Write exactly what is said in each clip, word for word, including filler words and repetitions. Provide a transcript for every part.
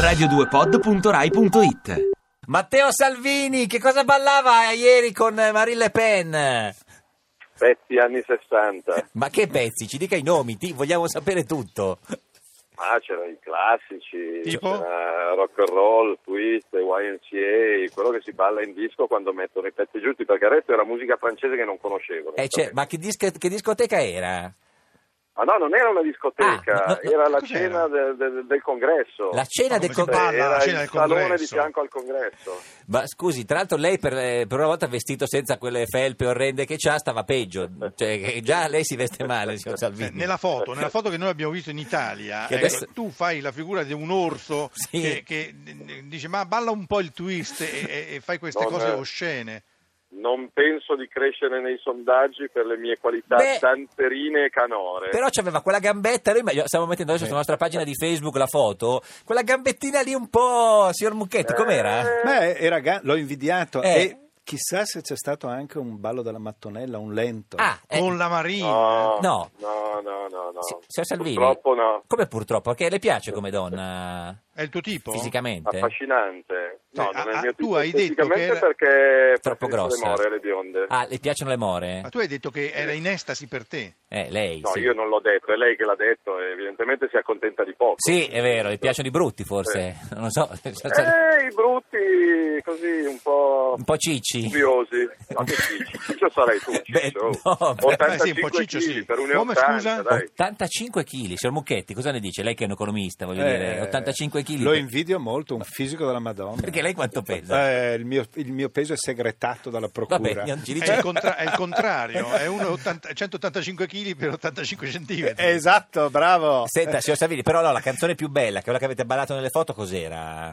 radio due pod punto rai punto it. Matteo Salvini, che cosa ballava ieri con Marine Le Pen? Pezzi anni sessanta. Ma che pezzi? Ci dica i nomi, ti vogliamo sapere tutto. Ah, c'erano i classici, Tipo? c'era rock and roll, twist, Y M C A, quello che si balla in disco quando mettono i pezzi giusti, perché il resto era musica francese che non conoscevo. Eh, cioè, ma che, disco, che discoteca era? Ma no, non era una discoteca, Ah, no, no, era la cos'era? cena del, del, del congresso. La cena Ma del come si congresso. balla? Era la cena il del salone congresso. di fianco al congresso. Ma scusi, tra l'altro lei per, eh, per una volta vestito senza quelle felpe orrende che c'ha stava peggio, cioè che già lei si veste male, signor Eh, Salvini. Nella foto, nella foto che noi abbiamo visto in Italia, Che ecco, adesso- tu fai la figura di un orso Sì. che, che eh, dice ma balla un po' il twist e, e- e fai queste Non cose è- oscene. Non penso di crescere nei sondaggi per le mie qualità Beh, danzerine e canore. Però c'aveva quella gambetta, noi ma- stiamo mettendo adesso sulla nostra pagina di Facebook la foto, quella gambettina lì un po', signor Mucchetti, com'era? Eh, Beh, era ga- l'ho invidiato Eh. e chissà se c'è stato anche un ballo della mattonella, un lento. Ah, eh, Con la Marina. No, No. no, no, no, no. si- signor Salvini, Purtroppo no. come purtroppo? Perché le piace come donna È il tuo tipo? fisicamente? Affascinante. No, Eh, non è ah, il mio tu tipo hai detto fisicamente che era- perché Troppo preferisco grossa. le more e le bionde. Ah, le piacciono le more? Ma tu hai detto che era in estasi per te. Eh, lei, No, sì. io non l'ho detto, è lei che l'ha detto e evidentemente si accontenta di poco. Sì, è vero, le piacciono i brutti forse, non lo so, Eh, i brutti così un po' un po' cicci. curiosi. Ma che ciccio? Ciccio sarai tu, Beh, Ciccio. no, beh. Eh sì, un po' ottantacinque ciccio, sì. chili per Come, uno e ottanta, scusa? dai. ottantacinque chili, signor Mucchetti, cosa ne dice? Lei che è un economista, voglio Eh, dire, ottantacinque chili. Lo invidio molto, un fisico della Madonna. Perché lei quanto pesa? Eh, il, mio, il mio peso è segretato dalla procura. Vabbè, non ci È dice... il, contra- è il contrario, è uno ottanta centottantacinque chili per ottantacinque centimetri. Eh, Esatto, bravo. Senta, signor Savini, però no, la canzone più bella, che quella che avete ballato nelle foto, cos'era?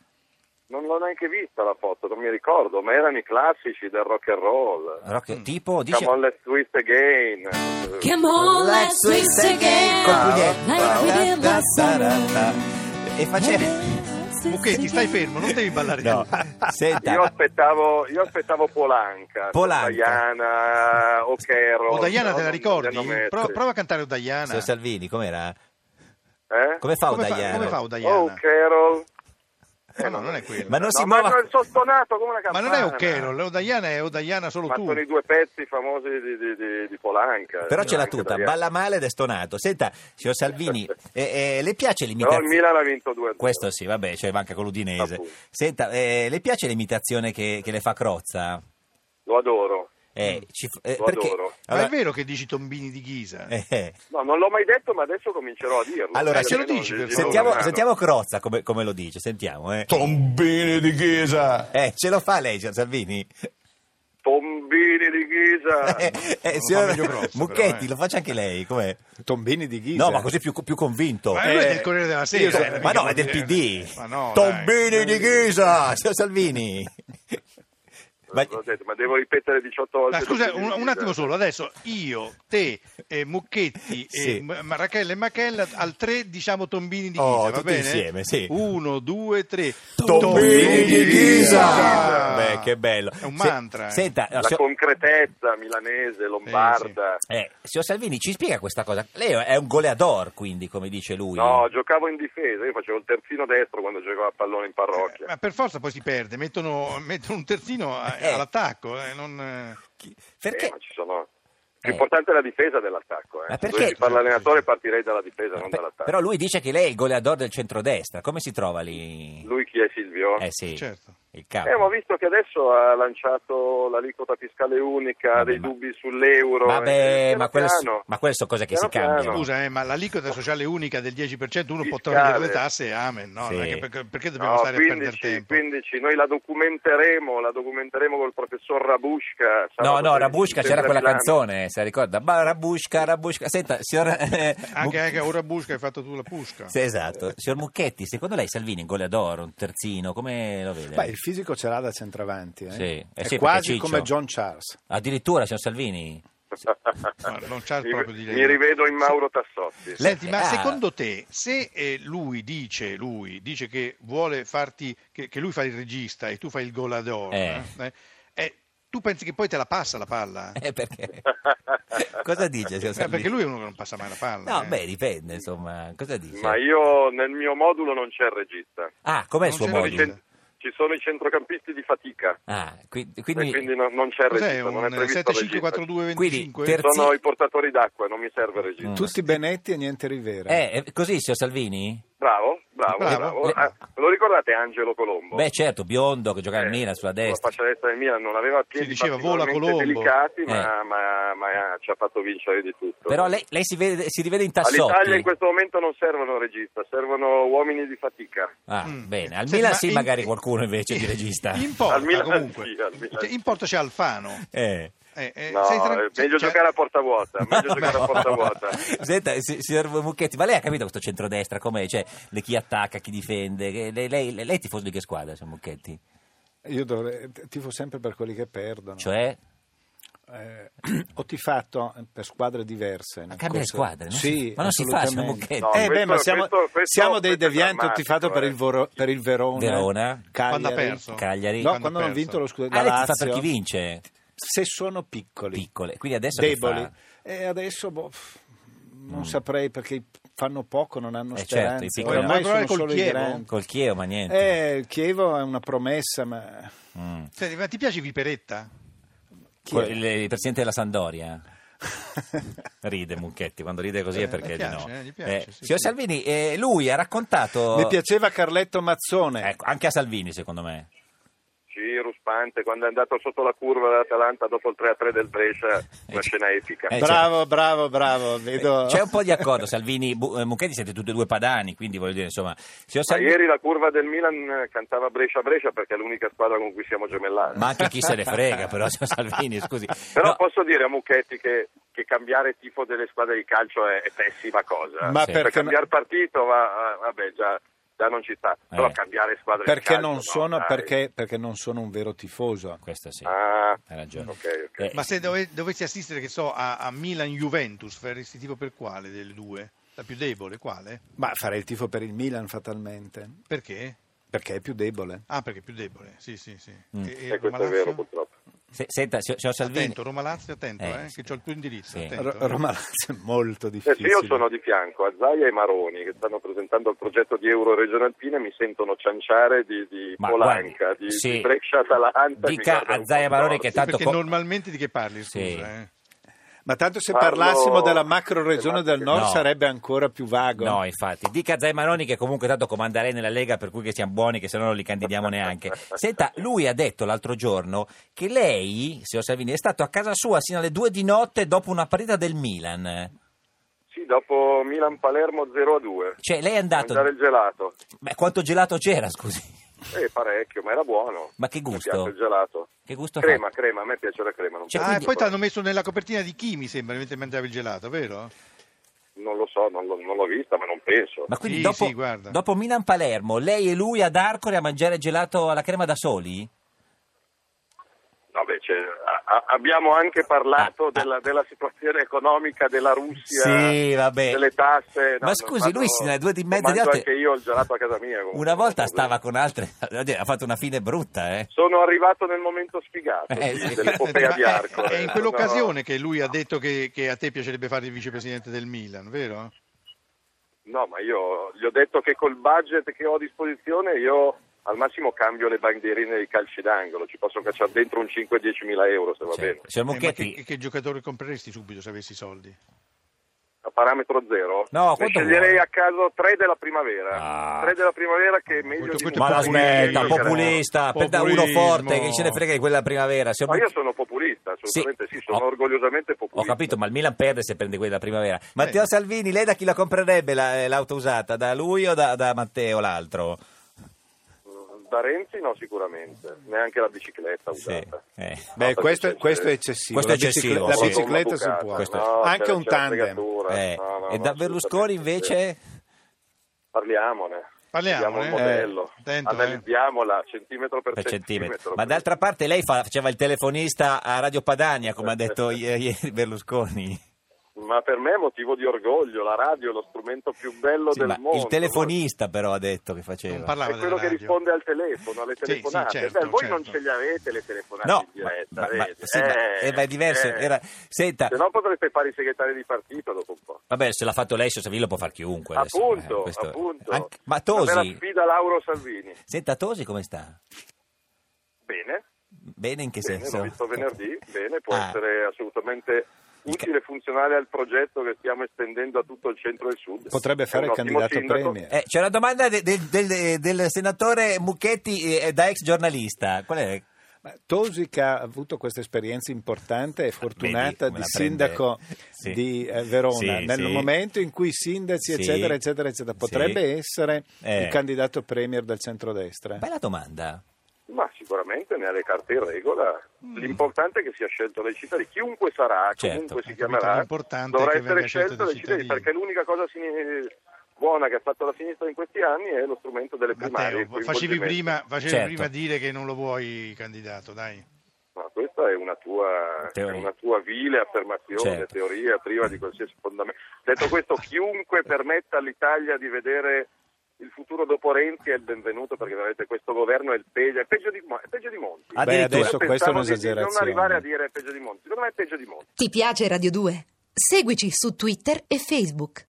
Non l'ho neanche vista la foto, non mi ricordo, ma erano i classici del rock and roll. Rock, tipo, dice... Come on, let's twist again. Come on, let's twist again. Col pugnetto. Like we did last summer. E faceva... Mucchetti, stai fermo, non devi ballare No, tu. senta... Io aspettavo, io aspettavo Polanca, Polanca. Diana, O'Carroll. O Diana te la non- ricordi? non li hanno Prova, messi. prova a cantare Diana. Signor Salvini, com'era? Eh? Come fa Come fa, Diana? come fa Diana? Oh, Carol. Ma no, non è quello. Ma non si No, ma muova... non sono stonato come una Ma campana. non è O'Carroll, O'Diana è O'Diana solo Ma tu. sono i due pezzi famosi di, di, di, di Polanca. Però ce l'ha Anche tutta, Diana. balla male ed è stonato. Senta, signor Salvini, eh, eh, le piace Però il l'imitazione? Milan ha vinto due a due. Questo sì, vabbè, cioè manca con l'Udinese. Appunto. Senta, eh, le piace l'imitazione che, che le fa Crozza? Lo adoro. Eh, ci f- eh, Lo perché? adoro. Ma Allora, è vero che dici Tombini di Ghisa? eh, eh. No, non l'ho mai detto, ma adesso comincerò a dirlo. Allora, Eh, ce lo almeno dici, gli- per gli do favore. Sentiamo, una mano. sentiamo Crozza come, come lo dice, sentiamo. Eh. Tombini di Ghisa. Eh, ce lo fa lei, signor Salvini? Tombini di Ghisa. Eh, eh, Lo signor fa meglio Crozza, Mucchetti, però, eh. lo faccia anche lei, com'è? Tombini di Ghisa. No, ma così più, più convinto. Ma lui è Eh, del Corriere della io Sera. so- eh, Ma mica no, vuol è del dire- P D. Ma no, Tombini dai. di Ghisa, signor Salvini. Ma- L'ho detto, ma devo ripetere diciotto volte. Ma scusa, Tombini un, di un Ghisa. attimo solo, adesso io, te, eh, Mucchetti, Sì. e M- Rachele e Machella, al tre diciamo Tombini di Ghisa, Oh, va tutti bene? insieme, sì. Uno, due, tre. Tombini di Ghisa! Beh, che bello. È un Se- mantra, eh. Senta, no, La signor- concretezza milanese, lombarda. eh, signor Salvini, ci spiega questa cosa? Lei è un goleador, quindi, come dice lui. No, giocavo in difesa, io facevo il terzino destro quando giocavo a pallone in parrocchia. Ma per forza poi si perde, mettono, mettono un terzino a- Eh. all'attacco, eh, non... eh. Eh, Perché? ma ci sono... Eh. L'importante è la difesa dell'attacco. Eh. Ma Se perché? dovessi fare l'allenatore partirei dalla difesa, non Pe- dall'attacco. Però lui dice che lei è il goleador del centrodestra. Come si trova lì? Lui chi è Silvio? Eh sì, Certo. il capo. Eh, ma ho visto che adesso ha lanciato l'aliquota fiscale unica, Vabbè, dei ma- dubbi sull'euro. Vabbè, eh, piano ma, quelle, piano. ma quelle sono cose che Piano si cambiano. piano. Scusa, eh, ma l'aliquota sociale unica del dieci per cento uno può Fiscale. togliere le tasse e amen, no? Sì. Non è che perché, perché dobbiamo No, stare a perdere quindici, tempo? quindici, noi la documenteremo, la documenteremo col professor Rabushka. No, sabato no, Rabushka, c'era sempre quella Milano. canzone, se la ricorda? Ba- Rabushka, Rabushka. Senta, signor... eh, Anche, Muc- anche ora Busca hai fatto tu la Pusca. Sì, esatto. Signor Mucchetti, secondo lei Salvini è un goleador, un terzino, come lo vede? Beh, il fisico ce l'ha da centravanti. Eh? Sì, eh è sì, perché quasi Ciccio- come John Charles. Addirittura, signor Salvini? Ma non c'ha mi, proprio di mi rivedo in Mauro Tassotti. Senti, ma Ah. secondo te, se eh, lui dice, lui dice che vuole farti, che, che lui fa il regista e tu fai il goleador, Eh. eh, eh, tu pensi che poi te la passa la palla? Eh, perché? Cosa dice? signor Eh, Salvini? perché lui è uno che non passa mai la palla. No, eh. beh, dipende, insomma. Cosa dice? Ma io nel mio modulo non c'è il regista. Ah, com'è il Non suo c'è Sono i modulo? cen- Ci sono i centrocampisti di fatica. Ah, qui- E quindi, quindi no- non c'è il Cos'è, regista, non è un previsto sette il cinque regista. quattro due Quindi, venticinque? ter- Sono i portatori d'acqua, non mi serve il regista. Mm. Tutti Benetti e niente Rivera. Eh, è così, signor Salvini? Bravo, bravo, Bravo. bravo. Le- Ah, ve lo ricordate Angelo Colombo? Beh, certo, biondo che giocava in Eh, Milan sulla Sulla destra. faccia destra del Milan non aveva piedi diceva, vola particolarmente Colombo. delicati, Eh. ma, ma- ma ci ha fatto vincere di tutto. Però lei, lei si, vede, si rivede in All'Italia Tassotti. in questo momento non servono regista, servono uomini di fatica. Ah, Mm. bene. Al Senti, Milan ma sì, in- magari qualcuno invece di regista. In porta Al Milan comunque. sì, al Milan Cioè, sì. in porta c'è Alfano. Eh. Eh, eh, No, sei tra- è meglio cioè- giocare a porta vuota, meglio giocare a porta vuota. Senta, si- signor Mucchetti, ma lei ha capito questo centrodestra com'è? Cioè, le- chi attacca, chi difende? Che- Lei, lei, lei è tifoso di che squadra, signor Mucchetti? Io dovrei, tifo sempre per quelli che perdono. Cioè? Eh, ho tifato per squadre diverse. Ma cambia le squadre? Non sì, si- ma non si fa, signor assolutamente. Mucchetti. No, Eh, beh, questo- ma siamo, questo- questo- siamo dei questo è devianti. Ho tifato per il, drammatico, Voro- per il Verona, Verona? Cagliari. Quando ha perso? Cagliari? No, Quando quando ha hanno perso? vinto lo scudetto. Ah, la lei ti fa per Lazio. chi vince? Se sono piccoli, Piccole. Quindi adesso che deboli. fa? E adesso boh, non saprei perché fanno poco, non hanno Eh, certo, speranza. i piccoli- Ormai Vuoi provare sono col solo i Chievo? grandi. Col Chievo, ma niente. Eh, il Chievo è una promessa, ma Mm. Senti, ma ti piace Viperetta? chi Quel- è? il, il presidente della Sampdoria. Ride Mucchetti, quando ride così è Eh, perché gli piace, di no. eh, gli piace, sì, signor sì. Salvini, eh, lui ha raccontato... Mi piaceva Carletto Mazzone. Ecco, anche a Salvini secondo me. Sì, ruspante, quando è andato sotto la curva dell'Atalanta dopo il tre a tre del Brescia, una scena epica. Eh, Bravo, bravo, bravo. Vedo... C'è un po' di accordo, Salvini, Bu- eh, Mucchetti siete tutti e due padani, quindi voglio dire, insomma... Signor Ma Salvini... ieri la curva del Milan eh, cantava Brescia-Brescia perché è l'unica squadra con cui siamo gemellati. Ma anche chi se ne frega, però, signor Salvini, scusi. Però No, posso dire a Mucchetti che, che cambiare tifo delle squadre di calcio è, è pessima cosa. Ma Sì. Per perché, cambiare partito, va, vabbè, già, già non ci sta. Però Eh. cambiare squadre perché di calcio, non no, sono, dai. perché, perché non sono un vero tifoso. questo sì, Ah, hai ragione. ok, ok. Eh, Ma se dove- dovessi assistere, che so, a, a Milan-Juventus, faresti tipo per quale delle due? La più debole, quale? Ma farei il tifo per il Milan fatalmente, Perché? perché è più debole. Ah, perché è più debole, sì, sì, sì. Mm. E, e E questo è Roma-Lazio? vero purtroppo. se- senta, signor signor Salvini... Attento, Roma-Lazio, attento, Eh, eh, sì. che ho il tuo indirizzo, Sì. attento. Ro- Roma Lazio è molto Eh difficile. sì, io sono di fianco a Zaia e Maroni che stanno presentando il progetto di Euro Regionalpine e mi sentono cianciare di, di Ma Polanca, guardi, di, sì. di Brescia-Atalanta. mi Dica guarda a un Zaia po' Maroni storto. che Sì, tanto... perché co- normalmente di che parli, scusa? Sì. Eh? Ma tanto se Parlo- parlassimo della macro regione del nord No. sarebbe ancora più vago. No, infatti, dica a Zai Maroni che comunque tanto comanda lei nella Lega, per cui che siamo buoni, che se no non li candidiamo neanche. Senta, lui ha detto l'altro giorno che lei, signor Salvini, è stato a casa sua sino alle due di notte dopo una partita del Milan. Sì, dopo Milan-Palermo zero a due. Cioè, lei è andato... Mangiare il gelato. Beh, quanto gelato c'era, scusi? Eh, parecchio, ma era buono. Ma che Mi gusto? piace il gelato. Che gusto Crema, fa? crema, a me piace la crema. Non Cioè, Ah, piace e poi il ti hanno messo nella copertina di chi, mi sembra, mentre mangiavi il gelato, vero? Non lo so, non, l'ho- non l'ho vista, ma non penso. Ma quindi Sì, dopo, sì, guarda. dopo Milan-Palermo, lei e lui ad Arcore a mangiare gelato alla crema da soli? Vabbè, cioè, a- a- abbiamo anche parlato Ah, ah. della, della situazione economica della Russia, Sì, vabbè. delle tasse. No, Ma non scusi, fanno- lui sino alle due di mezza mangio di notte- anche io il gelato a casa mia. comunque. Una volta stava con altre... Ha fatto una fine brutta, eh? Sono arrivato nel momento sfigato Eh, sì, sì. dell'epopea Ma di è, Arco. è eh. in quell'occasione che lui ha detto che, che a te piacerebbe fare il vicepresidente del Milan, vero? No, ma io gli ho detto che col budget che ho a disposizione io al massimo cambio le bandierine dei calci d'angolo, ci posso cacciare dentro un cinque dieci mila euro se va Sì. bene. Signor Eh, ma Mucchetti... che, che giocatore compreresti subito se avessi soldi? A parametro zero? No, ne quanto sceglierei vuole? a caso tre della primavera. Ah. Tre della primavera che è meglio Questo- di questo Ma è la smetta, populismo. populista, per da uno Populismo. forte che ce ne frega di quella primavera. Signor Ma io Mucchetti- sono populista, assolutamente sì, sono Ho- orgogliosamente Ho populista. capito, ma il Milan perde se prende quella primavera. Matteo Salvini, lei da chi la comprerebbe la- l'auto usata? Da lui o da, da Matteo l'altro? Da Renzi no, sicuramente, neanche la bicicletta Sì. usata. Eh. Beh, No, questo, perché questo è c'è- eccessivo. Questo è La bicicle- eccessivo, La sì. bicicletta si Bucata, può. Questo è- no, Anche c'è- un c'è la tandem. fregatura. Eh, No, no, e no, da Berlusconi assolutamente. invece? Parliamone. Parliamone, Vediamo il eh. modello, Attento, eh. analizziamola centimetro per, Per centimetro. centimetro. Ma d'altra parte lei fa- faceva il telefonista a Radio Padania, come ha detto i- ieri Berlusconi. ma per me è motivo di orgoglio, la radio è lo strumento più bello Sì, del ma mondo. il telefonista però ha detto che Non faceva. parlava È quello della che radio. risponde al telefono, alle Sì, telefonate. sì, certo, Beh, voi certo. non ce le avete le telefonate No, in diretta, ma, ma- ma- vedi? sì, ma- eh, ma è diverso. eh. Era, senta, Se no potreste fare i segretari di partito dopo un po'. vabbè, se l'ha fatto lei, signor Salvini, lo può fare chiunque. adesso, Appunto, eh, questo- appunto. anche- ma Una bella Tosi, sfida Lauro Salvini. senta, Tosi come sta? Bene, Bene in che bene, senso? l'ho visto venerdì, bene, può Ah. essere assolutamente utile e funzionale al progetto che stiamo estendendo a tutto il centro e il sud. Potrebbe È fare un il ottimo candidato sindaco. premier. Eh, c'è una domanda de- del- del, del senatore Mucchetti eh, da ex giornalista. Qual è? Ma Tosi che ha avuto questa esperienza importante e fortunata Vedi come di la prende? sindaco Sì. di eh, Verona, Sì, nel sì. momento in cui i sindaci Sì. eccetera eccetera eccetera potrebbe Sì. essere Eh. il candidato premier del centrodestra. Bella domanda. Ma sicuramente ne ha le carte in regola. L'importante è che sia scelto dai cittadini. Chiunque sarà, Certo. comunque si Hai capito? chiamerà, L'importante dovrà è che essere venga scelto scelto dai dai cittadini, cittadini. perché l'unica cosa sini- buona che ha fatto la sinistra in questi anni è lo strumento delle primarie. Matteo, il facevi coinvolgimento. prima, facevi Certo. prima dire che non lo vuoi candidato, dai. Ma questa è una tua, è Teoria. una tua vile affermazione, Certo. teoria priva di qualsiasi fondamento. Detto questo, chiunque permetta all'Italia di vedere il futuro dopo Renzi è il benvenuto, perché veramente questo governo è il peggio, è peggio di, è peggio di Monti. Ah, Beh, addirittura. adesso Io questa è pensavo di- di un'esagerazione. non arrivare a dire è peggio di Monti, secondo me è peggio di Monti. Ti piace Radio due? Seguici su Twitter e Facebook.